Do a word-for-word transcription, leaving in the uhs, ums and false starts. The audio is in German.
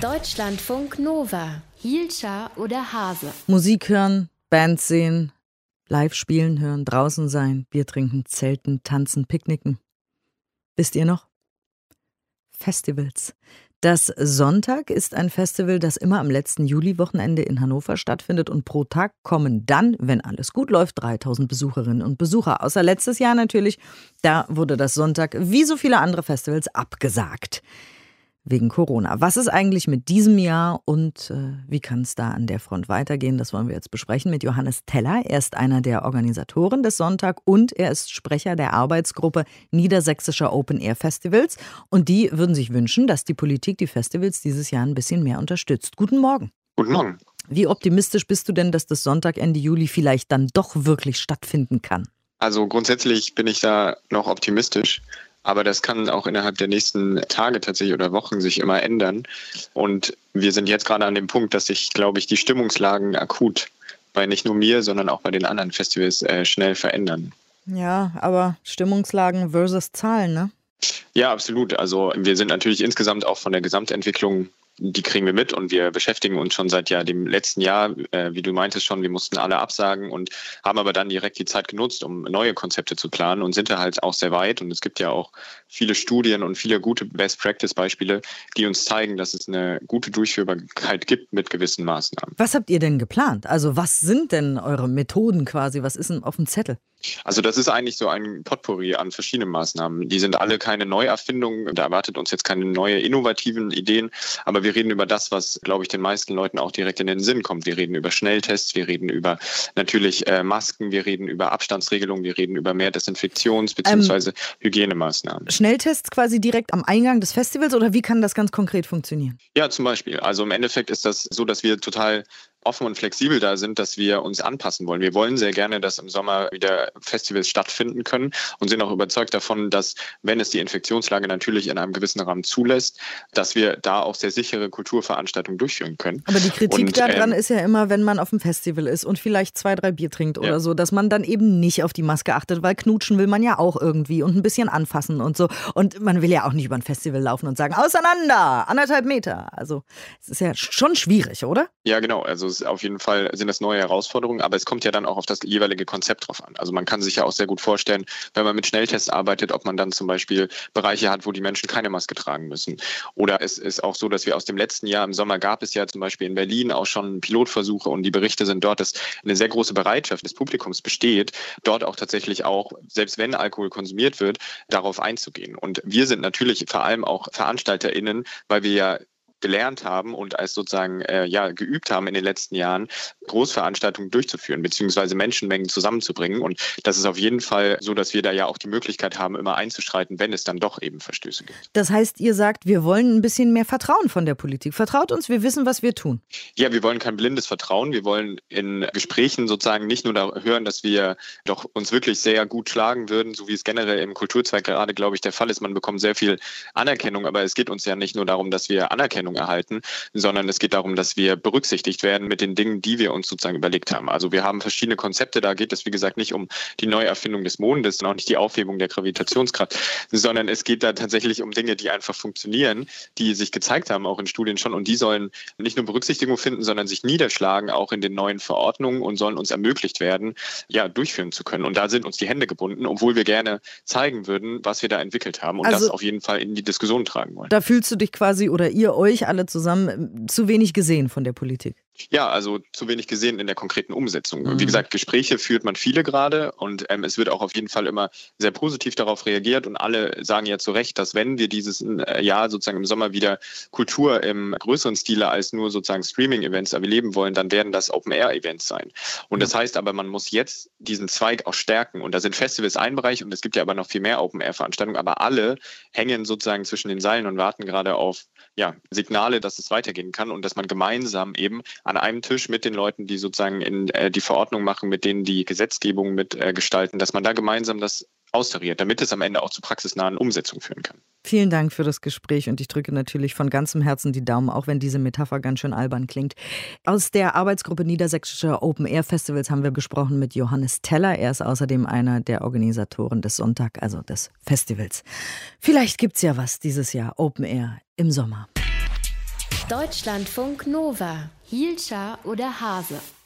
Deutschlandfunk Nova. Hielscher oder Hase. Musik hören, Bands sehen, live spielen hören, draußen sein, Bier trinken, zelten, tanzen, picknicken. Wisst ihr noch? Festivals. Das Sonntag ist ein Festival, das immer am letzten Juliwochenende in Hannover stattfindet und pro Tag kommen dann, wenn alles gut läuft, dreitausend Besucherinnen und Besucher. Außer letztes Jahr natürlich, da wurde das Sonntag wie so viele andere Festivals abgesagt. Wegen Corona. Was ist eigentlich mit diesem Jahr und äh, wie kann es da an der Front weitergehen? Das wollen wir jetzt besprechen mit Johannes Teller. Er ist einer der Organisatoren des Sonntag und er ist Sprecher der Arbeitsgruppe Niedersächsischer Open Air Festivals. Und die würden sich wünschen, dass die Politik die Festivals dieses Jahr ein bisschen mehr unterstützt. Guten Morgen. Guten Morgen. Wie optimistisch bist du denn, dass das Sonntag Ende Juli vielleicht dann doch wirklich stattfinden kann? Also grundsätzlich bin ich da noch optimistisch. Aber das kann auch innerhalb der nächsten Tage tatsächlich oder Wochen sich immer ändern. Und wir sind jetzt gerade an dem Punkt, dass sich, glaube ich, die Stimmungslagen akut bei nicht nur mir, sondern auch bei den anderen Festivals äh, schnell verändern. Ja, aber Stimmungslagen versus Zahlen, ne? Ja, absolut. Also wir sind natürlich insgesamt auch von der Gesamtentwicklung, die kriegen wir mit und wir beschäftigen uns schon seit ja dem letzten Jahr, äh, wie du meintest schon, wir mussten alle absagen und haben aber dann direkt die Zeit genutzt, um neue Konzepte zu planen und sind da halt auch sehr weit und es gibt ja auch viele Studien und viele gute Best-Practice-Beispiele, die uns zeigen, dass es eine gute Durchführbarkeit gibt mit gewissen Maßnahmen. Was habt ihr denn geplant? Also was sind denn eure Methoden quasi? Was ist denn auf dem Zettel? Also das ist eigentlich so ein Potpourri an verschiedenen Maßnahmen. Die sind alle keine Neuerfindungen, da erwartet uns jetzt keine neue innovativen Ideen, aber wir reden über das, was, glaube ich, den meisten Leuten auch direkt in den Sinn kommt. Wir reden über Schnelltests, wir reden über natürlich äh, Masken, wir reden über Abstandsregelungen, wir reden über mehr Desinfektions- bzw. Ähm, Hygienemaßnahmen. Schnelltests quasi direkt am Eingang des Festivals oder wie kann das ganz konkret funktionieren? Ja, zum Beispiel. Also im Endeffekt ist das so, dass wir total offen und flexibel da sind, dass wir uns anpassen wollen. Wir wollen sehr gerne, dass im Sommer wieder Festivals stattfinden können und sind auch überzeugt davon, dass, wenn es die Infektionslage natürlich in einem gewissen Rahmen zulässt, dass wir da auch sehr sichere Kulturveranstaltungen durchführen können. Aber die Kritik und, daran ähm, ist ja immer, wenn man auf dem Festival ist und vielleicht zwei, drei Bier trinkt oder ja. so, dass man dann eben nicht auf die Maske achtet, weil knutschen will man ja auch irgendwie und ein bisschen anfassen und so. Und man will ja auch nicht über ein Festival laufen und sagen, auseinander, anderthalb Meter. Also es ist ja schon schwierig, oder? Ja, genau. Also es ist auf jeden Fall sind das neue Herausforderungen, aber es kommt ja dann auch auf das jeweilige Konzept drauf an. Also man kann sich ja auch sehr gut vorstellen, wenn man mit Schnelltests arbeitet, ob man dann zum Beispiel Bereiche hat, wo die Menschen keine Maske tragen müssen. Oder es ist auch so, dass wir aus dem letzten Jahr, im Sommer gab es ja zum Beispiel in Berlin auch schon Pilotversuche und die Berichte sind dort, dass eine sehr große Bereitschaft des Publikums besteht, dort auch tatsächlich auch, selbst wenn Alkohol konsumiert wird, darauf einzugehen. Und wir sind natürlich vor allem auch VeranstalterInnen, weil wir ja gelernt haben und als sozusagen äh, ja geübt haben in den letzten Jahren, Großveranstaltungen durchzuführen, beziehungsweise Menschenmengen zusammenzubringen. Und das ist auf jeden Fall so, dass wir da ja auch die Möglichkeit haben, immer einzuschreiten, wenn es dann doch eben Verstöße gibt. Das heißt, ihr sagt, wir wollen ein bisschen mehr Vertrauen von der Politik. Vertraut uns, wir wissen, was wir tun. Ja, wir wollen kein blindes Vertrauen. Wir wollen in Gesprächen sozusagen nicht nur da hören, dass wir doch uns wirklich sehr gut schlagen würden, so wie es generell im Kulturzweig gerade, glaube ich, der Fall ist. Man bekommt sehr viel Anerkennung, aber es geht uns ja nicht nur darum, dass wir Anerkennung erhalten, sondern es geht darum, dass wir berücksichtigt werden mit den Dingen, die wir uns sozusagen überlegt haben. Also wir haben verschiedene Konzepte, da geht es wie gesagt nicht um die Neuerfindung des Mondes und auch nicht die Aufhebung der Gravitationskraft, sondern es geht da tatsächlich um Dinge, die einfach funktionieren, die sich gezeigt haben, auch in Studien schon und die sollen nicht nur Berücksichtigung finden, sondern sich niederschlagen, auch in den neuen Verordnungen und sollen uns ermöglicht werden, ja, durchführen zu können. Und da sind uns die Hände gebunden, obwohl wir gerne zeigen würden, was wir da entwickelt haben und also, das auf jeden Fall in die Diskussion tragen wollen. Da fühlst du dich quasi oder ihr euch alle zusammen zu wenig gesehen von der Politik? Ja, also zu wenig gesehen in der konkreten Umsetzung. Mhm. Wie gesagt, Gespräche führt man viele gerade und ähm, es wird auch auf jeden Fall immer sehr positiv darauf reagiert und alle sagen ja zu Recht, dass wenn wir dieses äh, Jahr sozusagen im Sommer wieder Kultur im größeren Stile als nur sozusagen Streaming-Events erleben wollen, dann werden das Open-Air-Events sein. Und das heißt aber, man muss jetzt diesen Zweig auch stärken und da sind Festivals ein Bereich und es gibt ja aber noch viel mehr Open-Air-Veranstaltungen, aber alle hängen sozusagen zwischen den Seilen und warten gerade auf ja, Signale, dass es weitergehen kann und dass man gemeinsam eben an einem Tisch mit den Leuten, die sozusagen in äh, die Verordnung machen, mit denen die Gesetzgebung mit äh, gestalten, dass man da gemeinsam das austariert, damit es am Ende auch zu praxisnahen Umsetzungen führen kann. Vielen Dank für das Gespräch und ich drücke natürlich von ganzem Herzen die Daumen, auch wenn diese Metapher ganz schön albern klingt. Aus der Arbeitsgruppe Niedersächsischer Open Air Festivals haben wir gesprochen mit Johannes Teller. Er ist außerdem einer der Organisatoren des Sonntag, also des Festivals. Vielleicht gibt's ja was dieses Jahr, Open Air im Sommer. Deutschlandfunk Nova, Hielscher oder Hase.